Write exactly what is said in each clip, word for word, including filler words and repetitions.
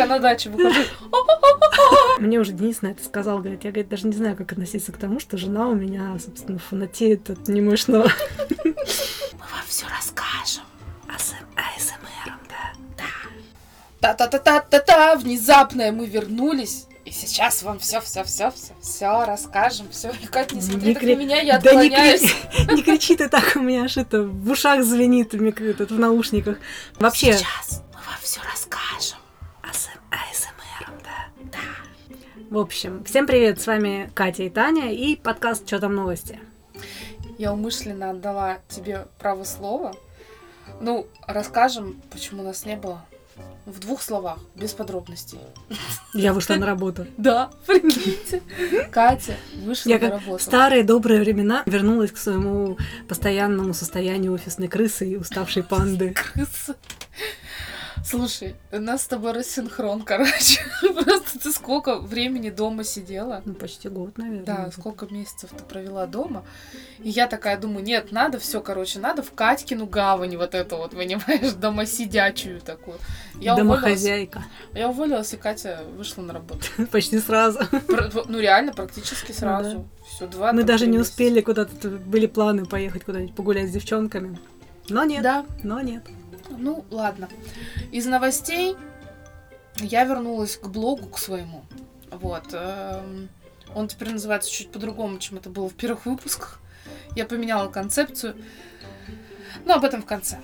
такая на даче выхожу. Мне уже Денис на это сказал, говорит, я, говорит, даже не знаю, как относиться к тому, что жена у меня, собственно, фанатеет от немощного. Мы вам все расскажем. А эс эм эр, да. Да. Та-та-та-та-та-та, внезапно мы вернулись. И сейчас вам все-все-все-все все расскажем. Все, Катя, не смотри не так кри... на меня, я да отклоняюсь. Не, кри... не кричи ты так, у меня аж это в ушах звенит, в, микро... в наушниках. Вообще... Сейчас мы вам все расскажем. А эс эм эр, да. Да. В общем, всем привет, с вами Катя и Таня и подкаст «Чё там новости?». Я умышленно отдала тебе право слова. Ну, расскажем, почему нас не было. В двух словах, без подробностей. Я вышла на работу. Да, прикиньте. Катя вышла Я на как работу. в старые добрые времена вернулась к своему постоянному состоянию офисной крысы и уставшей панды. Крысы. Слушай, у нас с тобой рассинхрон, короче. Просто ты сколько времени дома сидела? Ну, почти год, наверное. Да, сколько месяцев ты провела дома. И я такая думаю, нет, надо все, короче, надо в Катькину гавань вот эту вот, понимаешь, домосидячую такую. Я Домохозяйка. Уволилась, я уволилась, и Катя вышла на работу. Почти сразу. Ну, реально, практически сразу. Да. Все, два. Мы даже не успели куда-то, были планы поехать куда-нибудь погулять с девчонками. Но нет. Да. Но нет. Ну, ладно. Из новостей я вернулась к блогу, к своему. Вот. Он теперь называется чуть по-другому, чем это было в первых выпусках. Я поменяла концепцию. Но об этом в конце.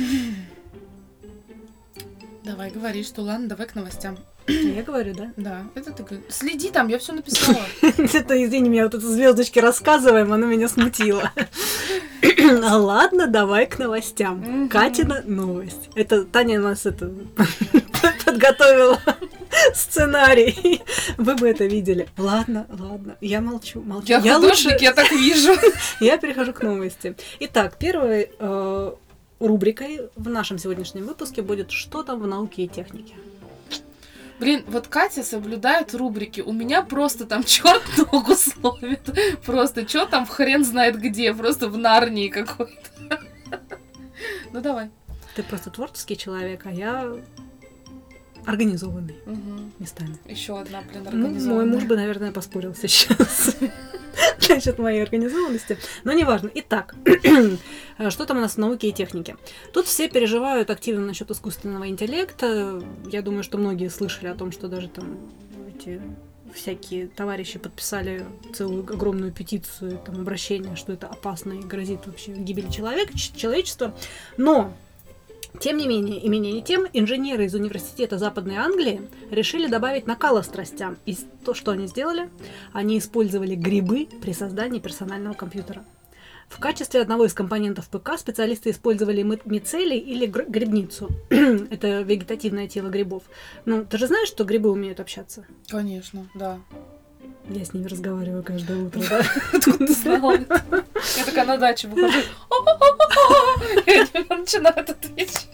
Давай, говори, что ладно, давай к новостям. Я говорю, да? Да, это ты говоришь. Следи там, я все написала. Это, извини меня, вот это звездочки рассказываем, оно меня смутило. А ладно, давай к новостям. Катина новость. Это Таня нас это подготовила сценарий. Вы бы это видели. Ладно, ладно. Я молчу, молчу. Я, я художник, лучше... я так вижу. Я перехожу к новости. Итак, первой э, рубрикой в нашем сегодняшнем выпуске будет «Что там в науке и технике?». Блин, вот Катя соблюдает рубрики. У меня просто там черт ногу словит. Просто что там хрен знает где. Просто в Нарнии какой-то. Ну давай. Ты просто творческий человек, а я организованный угу. местами. Еще одна, блин, Ну, организованная. мой муж бы, наверное, поспорил сейчас насчет моей организованности. Но неважно. Итак, что там у нас в науке и технике? Тут все переживают активно насчет искусственного интеллекта. Я думаю, что многие слышали о том, что даже там эти всякие товарищи подписали целую огромную петицию, там, обращение, что это опасно и грозит вообще гибели человека, человечества. Но тем не менее, и менее не тем, инженеры из университета Западной Англии решили добавить накала страстям. И то, что они сделали, они использовали грибы при создании персонального компьютера. В качестве одного из компонентов ПК специалисты использовали мицелий или гр- грибницу. Это вегетативное тело грибов. Ну, ты же знаешь, что грибы умеют общаться? Конечно, да. Я с ними разговариваю каждое утро, да? Откуда ты знала? Я такая на даче выхожу. И они начинают отвечать.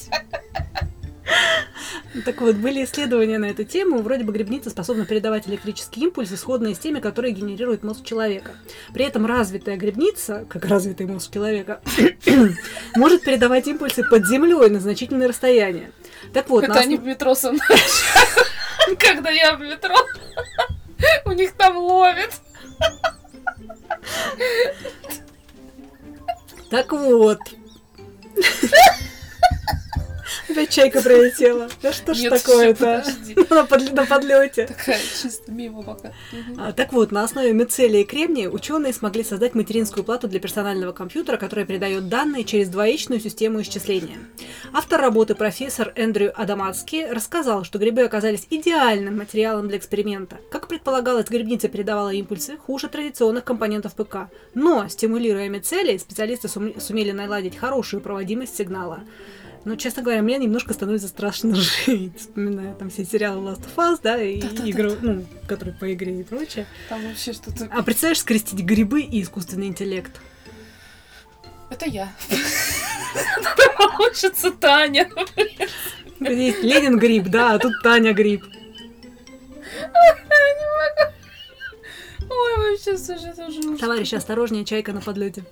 Так вот, были исследования на эту тему. Вроде бы грибница способна передавать электрические импульсы, сходные с теми, которые генерирует мозг человека. При этом развитая грибница, как развитый мозг человека, может передавать импульсы под землей на значительное расстояние. Так вот, это они в метро со мной. Когда я в метро, у них там ловит. Так вот. Опять чайка пролетела. Да что ж такое-то? На, под, на подлете. Такая чисто мимо пока. Угу. А, так вот, на основе мицелия и кремния ученые смогли создать материнскую плату для персонального компьютера, которая передает данные через двоичную систему исчисления. Автор работы, профессор Эндрю Адамацки, рассказал, что грибы оказались идеальным материалом для эксперимента. Как предполагалось, грибница передавала импульсы хуже традиционных компонентов ПК. Но, стимулируя мицелий, специалисты сумели наладить хорошую проводимость сигнала. Ну, честно говоря, мне немножко становится страшно жить. Вспоминаю там все сериалы Last of Us, да, и игры, ну, которые по игре и прочее. Там вообще что-то... А представляешь, скрестить грибы и искусственный интеллект? Это я. Получится Таня. Здесь Ленин гриб, да, а тут Таня гриб. Ой, вообще, слушай, это ужасно. Товарищи, осторожнее, чайка на подлете.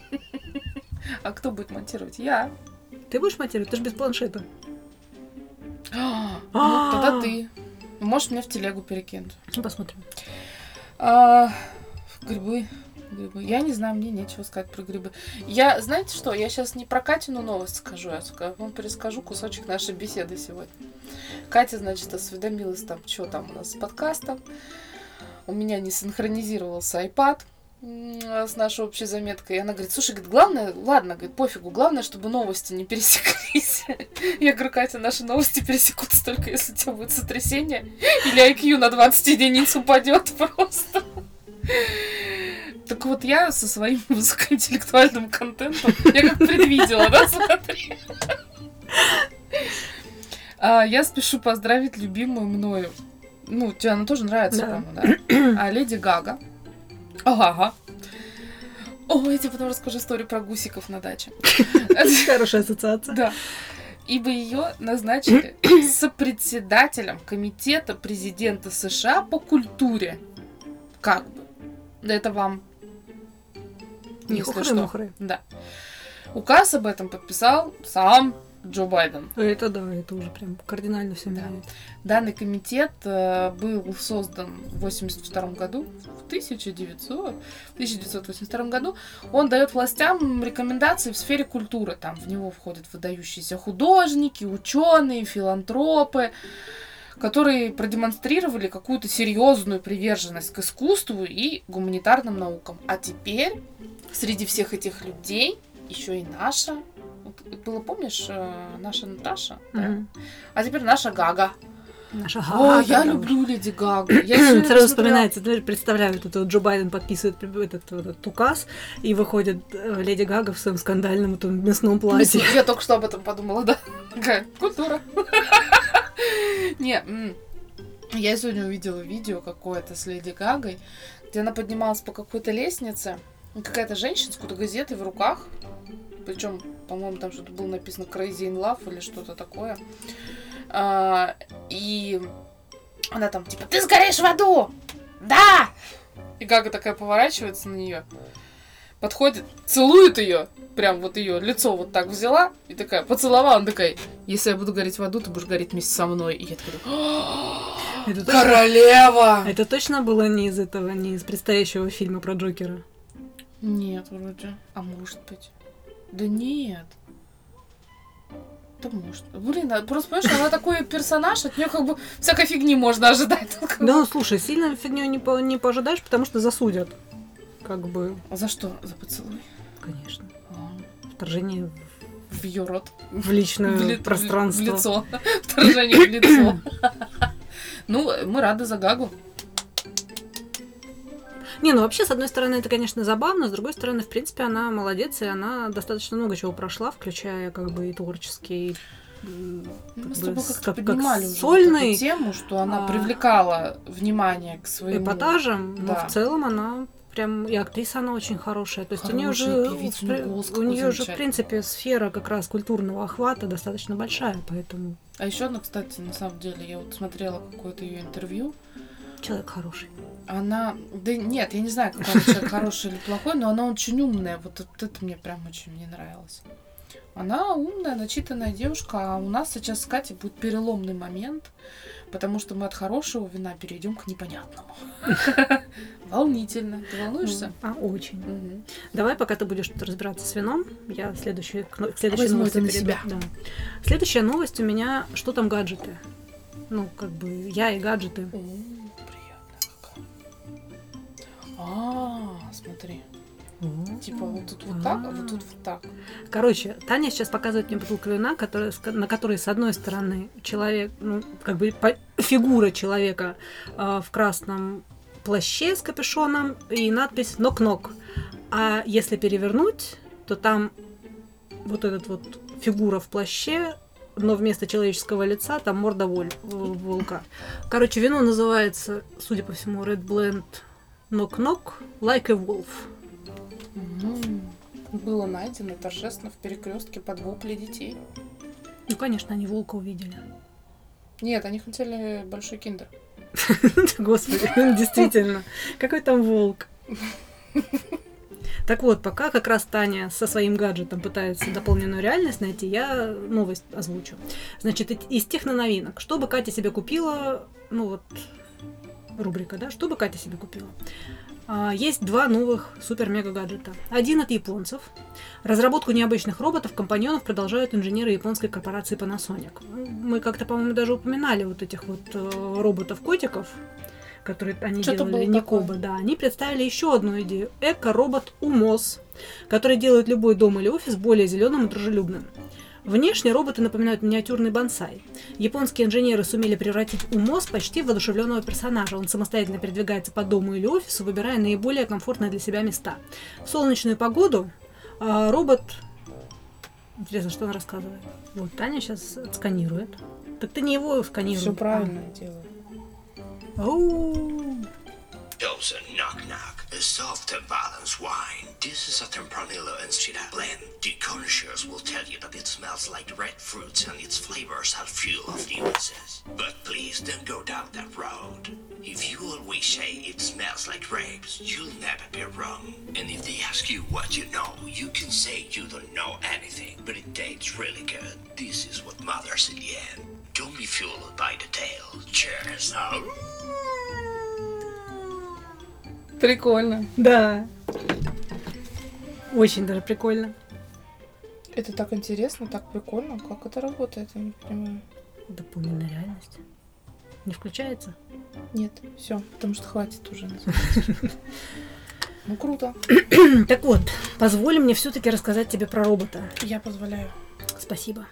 А кто будет монтировать? Я. Ты будешь монтировать? Ты же без планшета. Ну, тогда ты. Можешь мне в телегу перекинуть. Посмотрим. А, грибы. Грибы. Я не знаю, мне нечего сказать про грибы. Я, знаете что, я сейчас не про Катину новость скажу, я вам перескажу кусочек нашей беседы сегодня. Катя, значит, осведомилась там, что там у нас с подкастом. У меня не синхронизировался iPad с нашей общей заметкой. И она говорит, слушай, говорит, главное, ладно, говорит, пофигу, главное, чтобы новости не пересеклись. Я говорю, Катя, наши новости пересекутся только если у тебя будет сотрясение или ай кью на двадцать единиц упадет просто. Так вот, я со своим высокоинтеллектуальным контентом, я как предвидела, да, смотри. А, я спешу поздравить любимую мною. Ну, тебе она тоже нравится, да. по-моему, да? А, Леди Гага. Ага. О, я тебе потом расскажу историю про гусиков на даче. Хорошая ассоциация. Да. Ибо ее назначили сопредседателем комитета президента США по культуре. Как бы. Да это вам... Не хухры-мухры. Да. Указ об этом подписал сам Джо Байден. Это да, это уже прям кардинально все меняет. Данный комитет э, был создан в восемьдесят втором году, в тысяча девятьсот восемьдесят втором году. Он дает властям рекомендации в сфере культуры. Там в него входят выдающиеся художники, ученые, филантропы, которые продемонстрировали какую-то серьезную приверженность к искусству и гуманитарным наукам. А теперь среди всех этих людей еще и наша, было, помнишь, наша Наташа? Mm-hmm. Да? А теперь наша Гага. Наша Гага. О, я люблю Леди Гагу. Сразу вспоминается, теперь представляю, это Джо Байден подписывает этот, этот указ, и выходит Леди Гага в своем скандальном этом мясном платье. Я только что об этом подумала, да. Какая культура. Не, я сегодня увидела видео какое-то с Леди Гагой, где она поднималась по какой-то лестнице, какая-то женщина с какой-то газетой в руках, причем, по-моему, там что-то было написано Crazy in Love или что-то такое, а, и она там типа, ты сгоришь в аду! Да! И Гага такая поворачивается на нее, подходит, целует ее, прям вот ее лицо вот так взяла и такая поцеловала, она такая, если я буду гореть в аду, ты будешь гореть вместе со мной. И я такая, это королева! Точно, это точно было не из этого, не из предстоящего фильма про Джокера? Нет, вроде. А может быть? Да нет. Да может. Блин, просто, понимаешь, она такой персонаж, от нее как бы всякой фигни можно ожидать. Да, ну слушай, сильно фигню не, по- не пожидаешь, потому что засудят. Как бы. А за что? За поцелуй? Конечно. А. Вторжение в ее рот. В личное в ли- пространство. В лицо. Вторжение в лицо. Ну, мы рады за Гагу. Не, ну вообще, с одной стороны, это, конечно, забавно, с другой стороны, в принципе, она молодец, и она достаточно много чего прошла, включая как бы и творческий, Мы с бы, тобой как-то как- поднимали как уже сольный, вот эту тему, что она а, привлекала внимание к своему... эпатажем, но Да. в целом она прям, и актриса она очень хорошая, то есть у нее Хорошая же, певица, в у при- неё голос у какой нее же, в замечательный. принципе, сфера как раз культурного охвата достаточно большая, поэтому А еще одна, кстати, на самом деле, я вот смотрела какое-то ее интервью, человек хороший. она... Да нет, я не знаю, какой он человек, хороший или плохой, но она очень умная. Вот это, это мне прям очень не нравилось. Она умная, начитанная девушка, а у нас сейчас с Катей будет переломный момент, потому что мы от хорошего вина перейдем к непонятному. Волнительно. Ты волнуешься? А, очень. Мгм. Давай, пока ты будешь тут разбираться с вином, я следующую, к к следующей Возьму новости это на перейду. себя. Да. Следующая новость у меня, что там гаджеты. Ну, как бы, я и гаджеты. О, приятная какая. А, смотри. Типа вот тут вот так, а вот тут вот так. Короче, Таня сейчас показывает мне бутылку вина, которая, с- на которой, с одной стороны, человек, ну, как бы по- фигура человека э, в красном плаще с капюшоном и надпись «Нок-нок». А если перевернуть, то там вот этот вот фигура в плаще, но вместо человеческого лица там морда воль- в- волка. Короче, вино называется, судя по всему, Red Blend Knock-Knock Like a Wolf. М, Было найдено торжественно в перекрестке под вопли детей. Ну, конечно, они волка увидели. Нет, они хотели большой киндер. Господи, действительно. Какой там волк? Так вот, пока как раз Таня со своим гаджетом пытается дополненную реальность найти, я новость озвучу. Значит, из техноновинок. Что бы Катя себе купила, ну вот, рубрика, да, что бы Катя себе купила? Есть два новых супер-мега-гаджета. Один от японцев. Разработку необычных роботов-компаньонов продолжают инженеры японской корпорации Panasonic. Мы как-то, по-моему, даже упоминали вот этих вот роботов-котиков, которые они Что-то делали, было Никоба, такое. да. Они представили еще одну идею. Эко-робот УМОС, который делает любой дом или офис более зеленым и дружелюбным. Внешне роботы напоминают миниатюрный бонсай. Японские инженеры сумели превратить УМОС почти в воодушевленного персонажа. Он самостоятельно передвигается по дому или офису, выбирая наиболее комфортные для себя места. В солнечную погоду а, робот... Интересно, что он рассказывает? Вот, Таня сейчас сканирует. Так ты не его сканируешь. Все правильно я делаю. Оу. Those are knock-knock, a soft and balanced wine. This is a Tempranillo and Syrah blend. The connoisseurs will tell you that it smells like red fruits and its flavors are full of nuances. But please don't go down that road. If you always say it smells like grapes, you'll never be wrong. And if they ask you what you know, you can say you don't know anything, but it tastes really good. This is what matters in the end. Don't be fooled by the tale. Cheers. Oh. Прикольно. Да. Очень даже прикольно. Это так интересно, так прикольно. Как это работает, я не понимаю. Дополненная реальность. Не включается? Нет, все, потому что хватит уже. Ну, круто. Так вот, позволь мне все-таки рассказать тебе про робота. Я позволяю. Спасибо.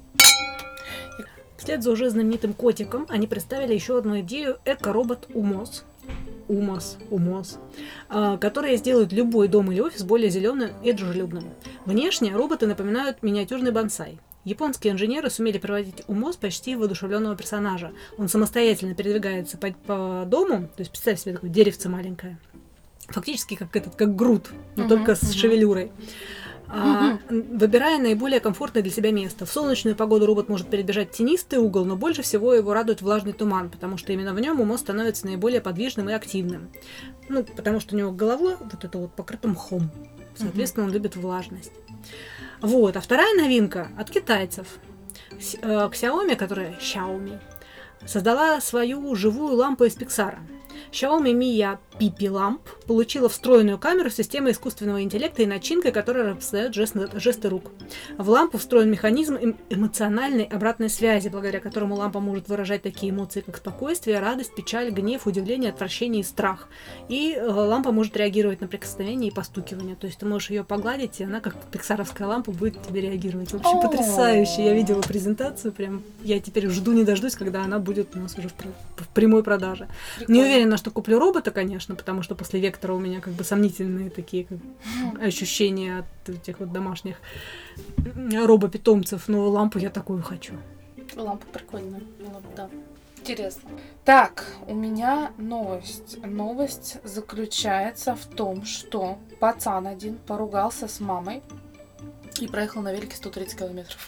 Вслед за уже знаменитым котиком они представили еще одну идею эко-робот УМОС. УМОС, УМОС, которые сделают любой дом или офис более зеленым и дружелюбным. Внешне роботы напоминают миниатюрный бонсай. Японские инженеры сумели превратить УМОС почти в воодушевленного персонажа. Он самостоятельно передвигается по, по дому, то есть представь себе такое деревце маленькое, фактически как этот, как Грут, но uh-huh, только с uh-huh. шевелюрой. А, выбирая наиболее комфортное для себя место. В солнечную погоду робот может перебежать в тенистый угол, но больше всего его радует влажный туман, потому что именно в нем УМОС становится наиболее подвижным и активным. Ну, потому что у него голова вот это вот покрыта мхом. Соответственно, он любит влажность. Вот. А вторая новинка от китайцев. Xiaomi, которая Xiaomi, создала свою живую лампу из Pixar. Xiaomi Mia пи пи Lamp получила встроенную камеру с системой искусственного интеллекта и начинкой, которая распознает жесты, жесты рук. В лампу встроен механизм эм- эмоциональной обратной связи, благодаря которому лампа может выражать такие эмоции, как спокойствие, радость, печаль, гнев, удивление, отвращение и страх. И э, лампа может реагировать на прикосновение и постукивание. То есть ты можешь ее погладить, и она, как пиксаровская лампа, будет тебе реагировать. Вообще О-о-о. потрясающе. Я видела презентацию, прям я теперь жду не дождусь, когда она будет у нас уже в, в прямой продаже. Прикольно. Не уверена, что куплю робота, конечно, потому что после Вектора у меня как бы сомнительные такие как, ощущения от этих вот домашних робопитомцев, но лампу я такую хочу. Лампа прикольная. Лампа, да. Интересно. Так, у меня новость. Новость заключается в том, что пацан один поругался с мамой и проехал на велике сто тридцать километров.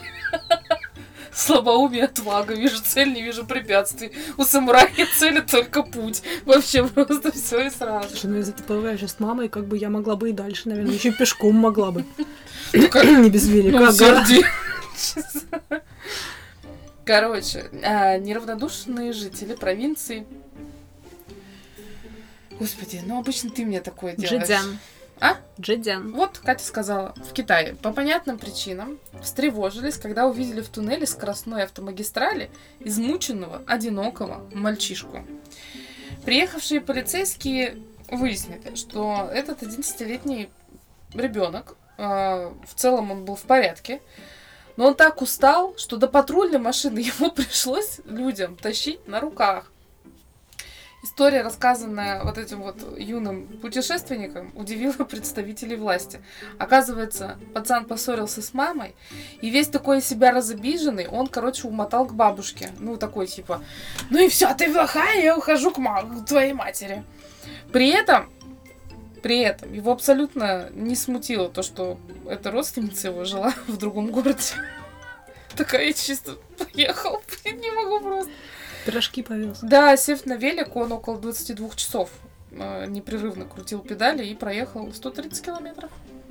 Слабоумие, отвага, вижу цель, не вижу препятствий. У самурая цели только путь. Вообще просто все и сразу. Слушай, ну если ты поругаешься с мамой, как бы я могла бы и дальше, наверное, еще пешком могла бы. Не без велика. Короче, неравнодушные жители провинции. Господи, ну обычно ты мне такое делаешь. Джидзян. А? Джидзян. Вот Катя сказала, в Китае по понятным причинам встревожились, когда увидели в туннеле скоростной автомагистрали измученного, одинокого мальчишку. Приехавшие полицейские выяснили, что этот одиннадцатилетний ребенок, э, в целом он был в порядке, но он так устал, что до патрульной машины ему пришлось людям тащить на руках. История, рассказанная вот этим вот юным путешественником, удивила представителей власти. Оказывается, пацан поссорился с мамой, и весь такой из себя разобиженный, он, короче, умотал к бабушке. Ну, такой типа, ну и все, ты плохая, я ухожу к, ма- к твоей матери. При этом, при этом его абсолютно не смутило то, что эта родственница его жила в другом городе. Такая, я чисто поехал, не могу просто. Пирожки повез. Да, сев на велик, он около двадцати двух часов э, непрерывно крутил педали и проехал сто тридцать километров.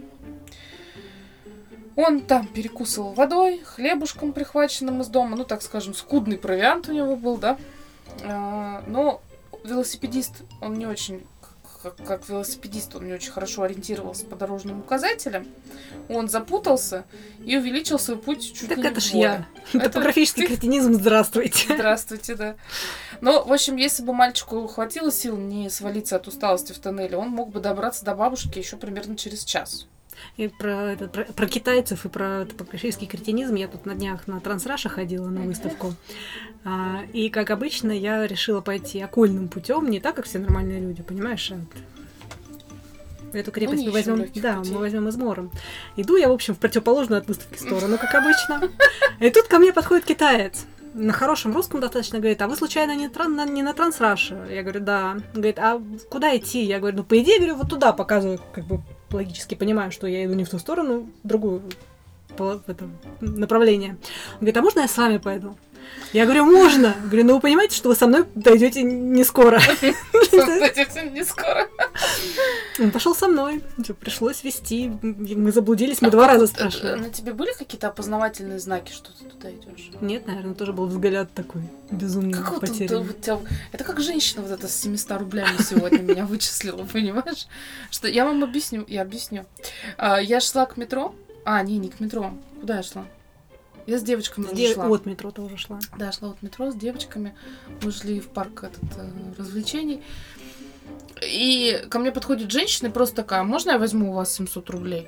Он там перекусывал водой, хлебушком, прихваченным из дома. Ну, так скажем, скудный провиант у него был, да. А, но велосипедист, он не очень... Как, как велосипедист, он не очень хорошо ориентировался по дорожным указателям. Он запутался и увеличил свой путь чуть Так ли не это ж вдвое. я. Топографический кретинизм, здравствуйте. Здравствуйте, да. Ну, в общем, если бы мальчику хватило сил не свалиться от усталости в тоннеле, он мог бы добраться до бабушки еще примерно через час. И про, это, про, про китайцев и про топографический кретинизм я тут на днях на Трансраше ходила на выставку. А, и, как обычно, я решила пойти окольным путем, не так, как все нормальные люди, понимаешь? Эту крепость Ну, мы возьмем, да, путей. мы возьмем измором. Иду я, в общем, в противоположную от выставки сторону, как обычно. И тут ко мне подходит китаец. На хорошем русском достаточно говорит: а вы случайно не, тран, на, не на Трансраше? Я говорю: да. Говорит: а куда идти? Я говорю: ну, по идее, говорю, вот туда, показываю, как бы логически понимаю, что я иду не в ту сторону, в другую в это, направление. Он говорит: а можно я с вами пойду? Я говорю: можно. Я говорю: ну вы понимаете, что вы со мной дойдете не скоро. Дойдете не скоро. Он пошел со мной. Пришлось вести. Мы заблудились, мы два раза спрашивали. На тебе были какие-то опознавательные знаки, что ты туда идешь? Нет, наверное, тоже был взгляд такой безумно потерянный. Это как женщина вот эта с семьюстами рублями сегодня меня вычислила, понимаешь? Что я вам объясню, я объясню. Я шла к метро. А, не, не к метро. Куда я шла? Я с девочками уже шла. От метро тоже шла. Да, шла от метро с девочками. Мы шли в парк этот, э, развлечений. И ко мне подходит женщина и просто такая: можно я возьму у вас семьсот рублей?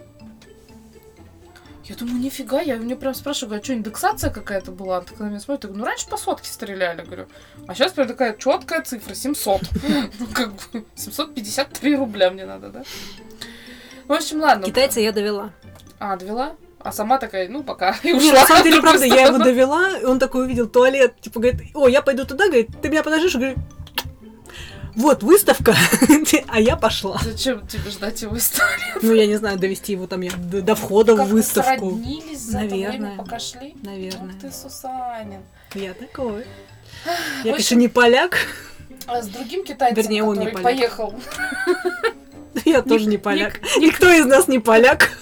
Я думаю, нифига, я у нее прям спрашиваю: а что, индексация какая-то была? Она такая на меня смотрит, я говорю: ну раньше по сотке стреляли, говорю. А сейчас прям такая четкая цифра, семьсот. Ну как бы, семьсот пятьдесят три рубля мне надо, да? В общем, ладно. Китайца я довела. А, довела? А сама такая: ну, пока. И Нет, ушла. на самом деле, правда, я его довела, и он такой увидел туалет, типа, говорит: о, я пойду туда, говорит, ты меня подождешь? Говорю: вот выставка, а я пошла. Зачем тебе ждать его из туалета? Ну, я не знаю, довести его там я до, до входа Как в выставку. Вы сроднились за Наверное. то время, пока шли? Наверное. Ах ты, Сусанин. Я такой. Я, В конечно, общем, не поляк. А с другим китайцем, Вернее, он не который поляк. поехал. Я тоже не поляк. Никто из нас не поляк.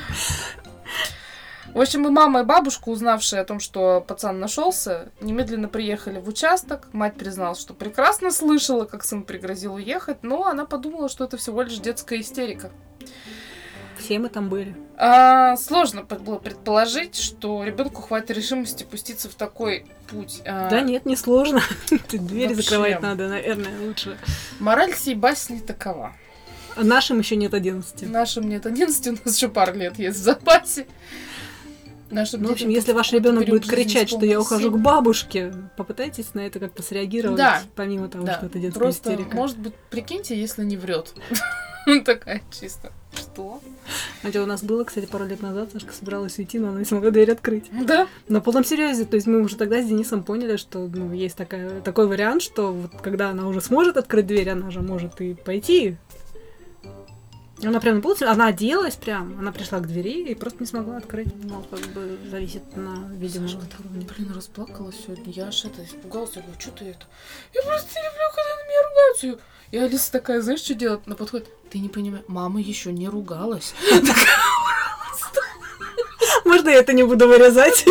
В общем, и мама, и бабушка, узнавшие о том, что пацан нашелся, немедленно приехали в участок. Мать призналась, что прекрасно слышала, как сын пригрозил уехать, но она подумала, что это всего лишь детская истерика. Все мы там были. А, сложно было предположить, что ребенку хватит решимости пуститься в такой путь. А, Да нет, не сложно. Дверь Вообще. закрывать надо, наверное, лучше. Мораль сей басни такова. А нашим еще нет одиннадцати. Нашим нет одиннадцати, у нас еще пару лет есть в запасе. Нашим Ну, в общем, детям если в ваш какой-то ребенок период будет жизни кричать, что я исполнилось ухожу семь. к бабушке, попытайтесь на это как-то среагировать, Да. помимо того, Да, что это детская просто, истерика. может быть, прикиньте, если не врет. Такая чисто. Что? Хотя у нас было, кстати, пару лет назад, Сашка собиралась уйти, но она не смогла дверь открыть. Да? На полном серьезе, то есть мы уже тогда с Денисом поняли, что ну, есть такая, такой вариант, что вот когда она уже сможет открыть дверь, она же может и пойти. Она прям на полном она оделась прям, она пришла к двери и просто не смогла открыть. Ну, как бы зависит на, видимо, Сашка, от так, уровня. блин, расплакалась сегодня. Я аж это испугалась. Я говорю: что ты это? Я просто не люблю, когда на меня ругаются. И Алиса такая: знаешь, что делать? Она подходит: ты не понимаешь, мама еще не ругалась. Можно я это не буду вырезать?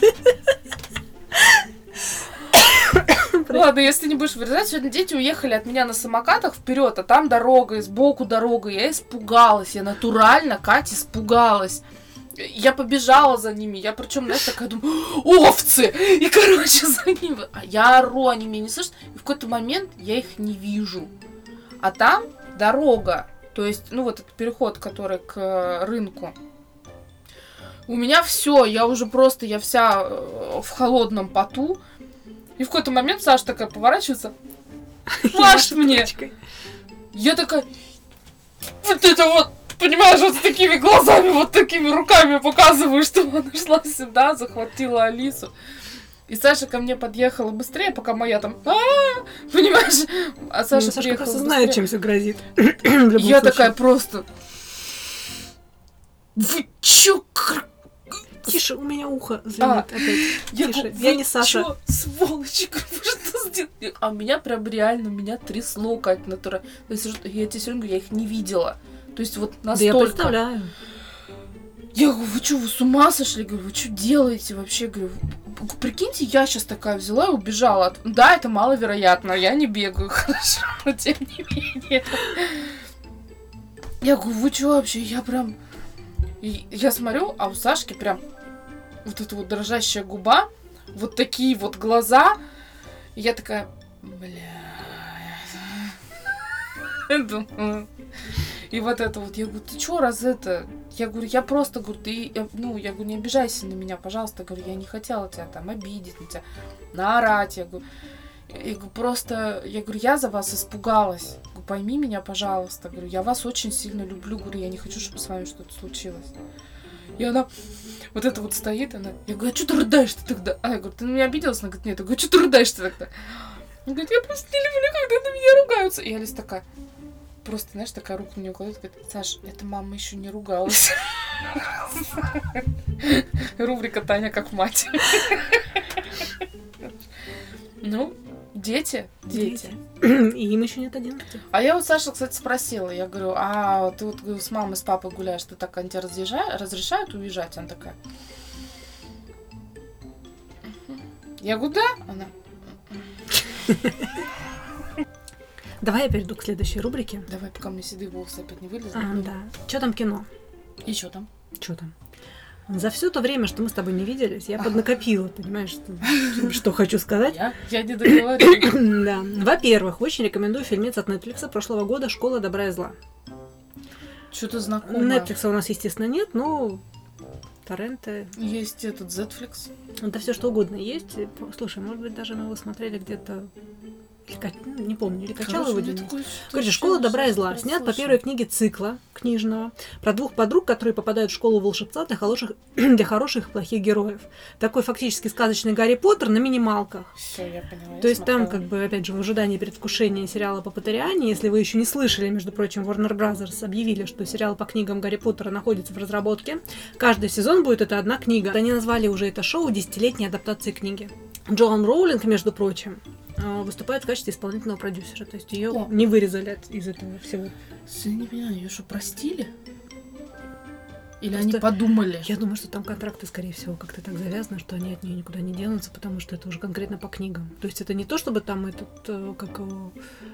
Ладно, если не будешь вырезать, сегодня дети уехали от меня на самокатах вперед, а там дорога, и сбоку дорога. Я испугалась, я натурально, Катя, испугалась. Я побежала за ними, я причем, знаешь, такая думаю: овцы! И, короче, за ними. А я ору, они меня не слышат. И в какой-то момент я их не вижу. А там дорога, то есть, ну, вот этот переход, который к рынку. У меня все, я уже просто, я вся в холодном поту. И в какой-то момент Саша такая поворачивается, машет мне. Я такая: вот это вот, понимаешь, вот с такими глазами, вот такими руками показываю, что она шла сюда, захватила Алису. И Саша ко мне подъехала быстрее, пока моя там, а-а-а, понимаешь? А Саша Ну, Сашка приехала просто быстрее. знает, чем все грозит. Я такая просто: вы чё, кр- Тише, у меня ухо звенит опять. Я, Тише, говорю, я «Вы не Саша». чё, сволочи, говорю, вы что сделали? А меня прям реально, меня трясло, Кать, натура. То есть, я тебе сегодня говорю, я их не видела. То есть, вот Да настолько. я представляю. Я говорю, вы что, вы с ума сошли? Говорю, вы что делаете вообще? Говорю, прикиньте, я сейчас такая взяла и убежала. От... Да, это маловероятно, я не бегаю, хорошо, но тем не менее. Я говорю, вы что вообще? Я прям... И я смотрю, а у Сашки прям вот эта вот дрожащая губа, вот такие вот глаза. И я такая, бля... И вот это вот, я говорю, ты чё, раз это... Я говорю, я просто, говорю, ты, я, ну, я говорю, не обижайся на меня, пожалуйста, говорю, я не хотела тебя там обидеть, на тебя наорать, я говорю, я говорю, просто, я говорю, я за вас испугалась, говорю, пойми меня, пожалуйста, говорю, я вас очень сильно люблю, говорю, я не хочу, чтобы с вами что-то случилось. И она вот это вот стоит, она, я говорю, а что ты рыдаешь-то тогда? А я говорю, ты на меня обиделась? Она говорит, нет, я говорю, что ты рыдаешь-то тогда? Она говорит, я просто не люблю, когда на меня ругаются. И Алиса такая, просто, знаешь, такая рука на нее кладет, говорит, Саш, эта мама еще не ругалась. Рубрика «Таня как мать». Ну, дети, дети. И им еще нет одиннадцати. А я вот Саша, кстати, спросила, я говорю, а ты вот с мамой, с папой гуляешь, ты так, они тебе разрешают уезжать? Она такая, я говорю, да? Она, Давай я перейду к следующей рубрике. давай, пока мне седые волосы опять не вылезли. А, да. Что там кино? И что там? Что там? За все то время, что мы с тобой не виделись, я поднакопила, понимаешь, что, что хочу сказать. Я, я не договорю. Да. Во-первых, очень рекомендую фильмец от Netflix прошлого года «Школа добра и зла». Что-то знакомое. Netflix у нас, естественно, нет, но торренты... Есть этот Zflix. Да все что угодно есть. Слушай, может быть, даже мы его смотрели где-то... Не помню, или качала его где-нибудь. Короче, «Школа добра и зла» снят по первой книге цикла книжного про двух подруг, которые попадают в школу волшебства для хороших, для хороших и плохих героев. Такой фактически сказочный Гарри Поттер на минималках. Все, я поняла. То есть там, как бы, опять же, в ожидании предвкушения сериала по Поттериане, если вы еще не слышали, между прочим, Warner Brothers объявили, что сериал по книгам Гарри Поттера находится в разработке. Каждый сезон будет это одна книга. Они назвали уже это шоу десятилетней адаптацией книги. Джоан Роулинг, между прочим, выступает в качестве исполнительного продюсера. То есть ее О. не вырезали от, из этого всего. Я не понимаю, ее что, простили? Или Просто они подумали? Я думаю, что там контракты, скорее всего, как-то так завязаны, что они от нее никуда не денутся, потому что это уже конкретно по книгам. То есть это не то, чтобы там этот, э, как его,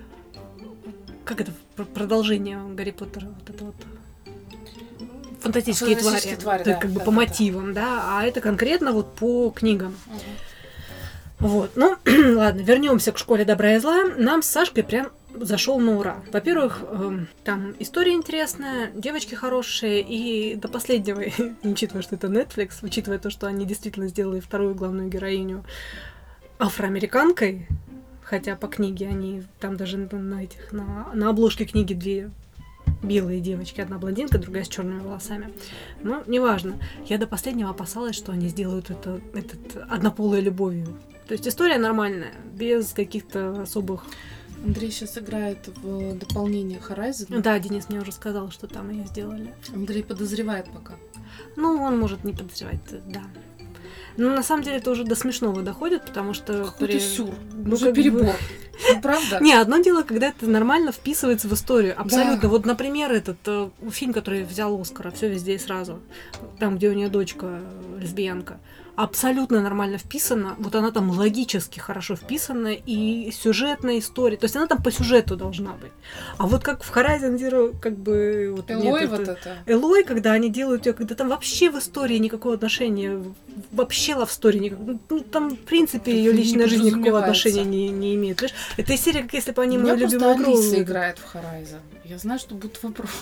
как это, пр- продолжение Гарри Поттера, вот это вот фантастические, Фантастические твари, твари, то есть да, как бы да, по да, мотивам, да, а это конкретно вот по книгам. Мгм. Вот, ну, ладно, вернемся к «Школе добра и зла». Нам с Сашкой прям зашел на ура. Во-первых, эм, там история интересная, девочки хорошие, и до последнего, учитывая, что это Netflix, учитывая то, что они действительно сделали вторую главную героиню афроамериканкой, хотя по книге они там даже на этих на, на обложке книги две белые девочки, одна блондинка, другая с черными волосами. Но неважно. Я до последнего опасалась, что они сделают это этот, однополой любовью. То есть история нормальная, без каких-то особых... Андрей сейчас играет в дополнение Horizon. Да, Денис мне уже сказал, что там ее сделали. Андрей подозревает пока. Ну, он может не подозревать, да. Но на самом деле это уже до смешного доходит, потому что... Какой-то при- сюр. Ну, Уже как бы- перебор. Ну, правда? Не, одно дело, когда это нормально вписывается в историю. Абсолютно. Да. Вот, например, этот э, фильм, который взял Оскара, «Все везде и сразу», там, где у нее дочка э, лесбиянка, абсолютно нормально вписана. Вот она там логически хорошо вписана, и сюжетная история. То есть она там по сюжету должна быть. А вот как в Horizon Zero, как бы... Вот Элой нет, вот это- это. Элой, когда они делают ее, когда там вообще в истории никакого отношения, вообще лавстори никакого, ну там в принципе Тут ее не личная жизнь никакого подразумевается. отношения не, не имеет. Понимаешь? Это из серии, как если бы они У мою меня любимую просто игру... Алиса играет в Horizon. Я знаю, что будут вопросы.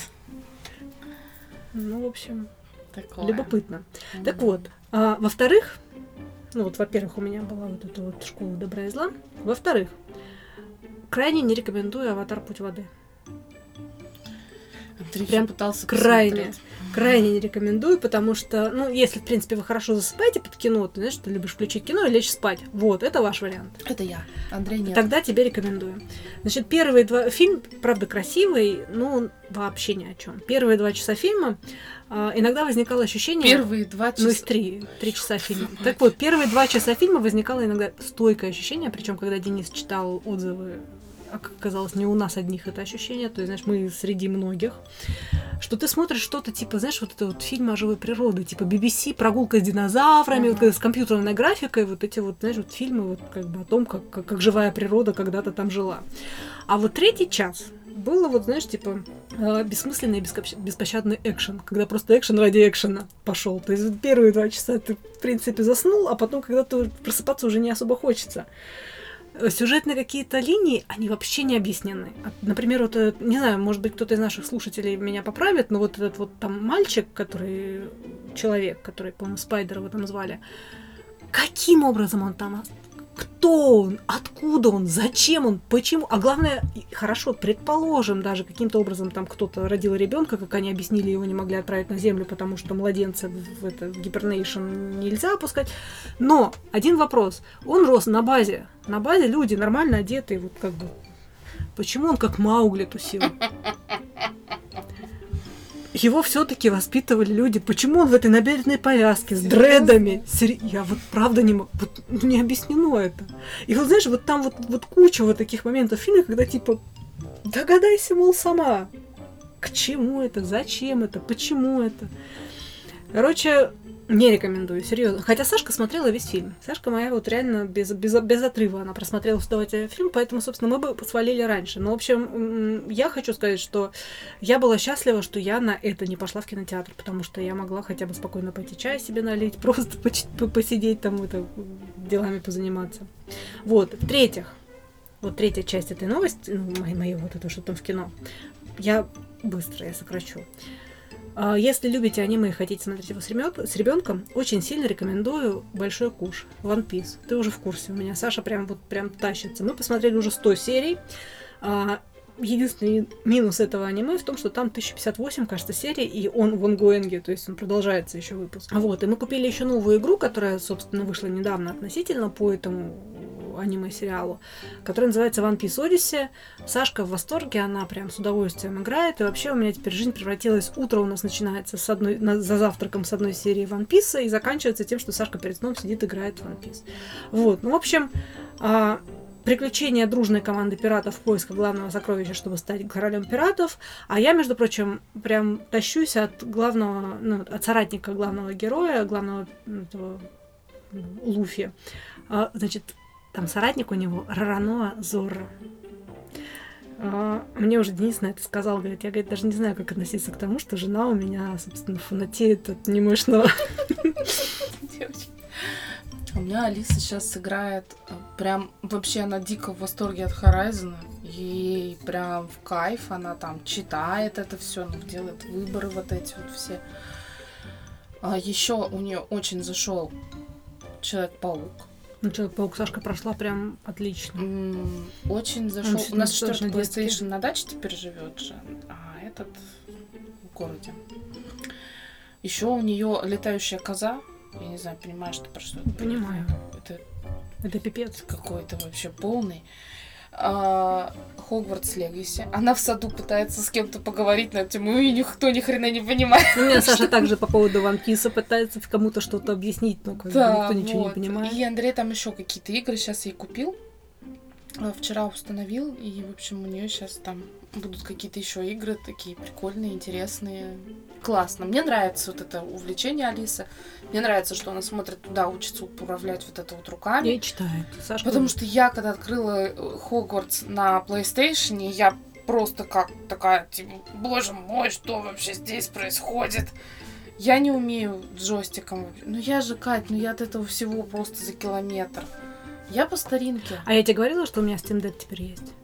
Ну, в общем, Такое. любопытно. Мгм. Так вот, а, во-вторых, ну вот, во-первых, у меня была вот эта вот школа добра и зла. Во-вторых, крайне не рекомендую «Аватар. Путь воды». три прям пытался крайне, посмотреть. крайне не рекомендую, потому что, ну, если, в принципе, вы хорошо засыпаете под кино, ты знаешь, ты любишь включить кино и лечь спать. Вот, это ваш вариант. Это я. Андрей нет. Тогда тебе рекомендую. Значит, первые два... Фильм, правда, красивый, но вообще ни о чем. Первые два часа фильма а, иногда возникало ощущение... Первые два часа... Ну, из три, три часа фильма. Так вот, первые два часа фильма возникало иногда стойкое ощущение, причем когда Денис читал отзывы, оказалось, не у нас одних это ощущение, то есть, знаешь, мы среди многих, что ты смотришь что-то, типа, знаешь, вот это вот фильм о живой природе, типа би би си, прогулка с динозаврами, uh-huh. вот, с компьютерной графикой, вот эти вот, знаешь, вот фильмы вот как бы о том, как, как, как живая природа когда-то там жила. А вот третий час было вот, знаешь, типа, э, бессмысленный и беспощадный экшен, когда просто экшен ради экшена пошел. То есть первые два часа ты, в принципе, заснул, а потом, когда ты просыпаться уже не особо хочется. Сюжетные какие-то линии, они вообще не объяснены. Например, вот, не знаю, может быть, кто-то из наших слушателей меня поправит, но вот этот вот там мальчик, который, человек, который, по-моему, Спайдер его там звали, каким образом он там, кто он, откуда он, зачем он, почему, а главное, хорошо, предположим, даже каким-то образом там кто-то родил ребенка, как они объяснили, его не могли отправить на землю, потому что младенца в это в гибернейшн нельзя опускать, но один вопрос, он рос на базе, на базе люди нормально одетые, вот как бы, почему он как Маугли тусил? Его все-таки воспитывали люди. Почему он в этой набедренной повязке с дредами? Сери... Я вот правда не могу... Вот, не объяснено это. И вот знаешь, вот там вот, вот куча вот таких моментов в фильме, когда типа догадайся, мол, сама. К чему это? Зачем это? Почему это? Короче, не рекомендую, серьезно. Хотя Сашка смотрела весь фильм. Сашка моя вот реально без, без, без отрыва она просмотрела вставайте фильм, поэтому, собственно, мы бы свалили раньше. Но, в общем, я хочу сказать, что я была счастлива, что я на это не пошла в кинотеатр, потому что я могла хотя бы спокойно пойти чай себе налить, просто посидеть там, это, делами позаниматься. Вот. В-третьих, вот третья часть этой новости, ну, моей, моей вот это, что там в кино, я быстро, я сокращу. Если любите аниме и хотите смотреть его с ребенком, очень сильно рекомендую «Большой куш», One Piece. Ты уже в курсе, у меня Саша прям вот прям тащится. Мы посмотрели уже сто серий. Единственный минус этого аниме в том, что там тысяча пятьдесят восемь, кажется, серий, и он в онгоинге, то есть он продолжается еще выпуск. Вот, и мы купили еще новую игру, которая, собственно, вышла недавно относительно по этому аниме-сериалу, который называется One Piece Odyssey. Сашка в восторге, она прям с удовольствием играет, и вообще у меня теперь жизнь превратилась, утро у нас начинается с одной, на, за завтраком с одной серии One Piece и заканчивается тем, что Сашка перед сном сидит и играет в One Piece. Вот, ну, в общем, а, приключения дружной команды пиратов в поисках главного сокровища, чтобы стать королем пиратов, а я, между прочим, прям тащусь от главного, ну, от соратника главного героя, главного этого, Луфи. А, значит, там соратник у него Ророноа Зорро. А, мне уже Денис на это сказал, говорит, я, говорит, даже не знаю, как относиться к тому, что жена у меня, собственно, фанатеет от немощного. Девочки. У меня Алиса сейчас играет, прям, вообще она дико в восторге от Horizon, ей прям в кайф, она там читает это все, ну, делает выборы вот эти вот все. А еще у нее очень зашел Человек-паук. Ну, Человек-паук Сашка прошла прям отлично. Mm, очень зашел. У нас четвертый PlayStation на даче теперь живет же, а этот в городе. Еще у нее летающая коза. Я не знаю, понимаешь, ты про что это? Понимаю. Это, это пипец. Какой-то вообще полный. Хогвартс Легаси. Она в саду пытается с кем-то поговорить на эту тему, и никто ни хрена не понимает. У меня Саша также по поводу One Piece пытается кому-то что-то объяснить, но как да, бы никто ничего вот. не понимает. И Андрей там еще какие-то игры сейчас ей купил. Вчера установил, и, в общем, у нее сейчас там будут какие-то еще игры такие прикольные, интересные. Классно. Мне нравится вот это увлечение Алисы. Мне нравится, что она смотрит туда, учится управлять вот это вот руками. И читает. Сашка... Потому что я, когда открыла Хогвартс на PlayStation, я просто как такая, типа, боже мой, что вообще здесь происходит? Я не умею джойстиком. Ну я же, Кать, ну я от этого всего просто за километр. Я по старинке. А я тебе говорила, что у меня Steam Deck теперь есть?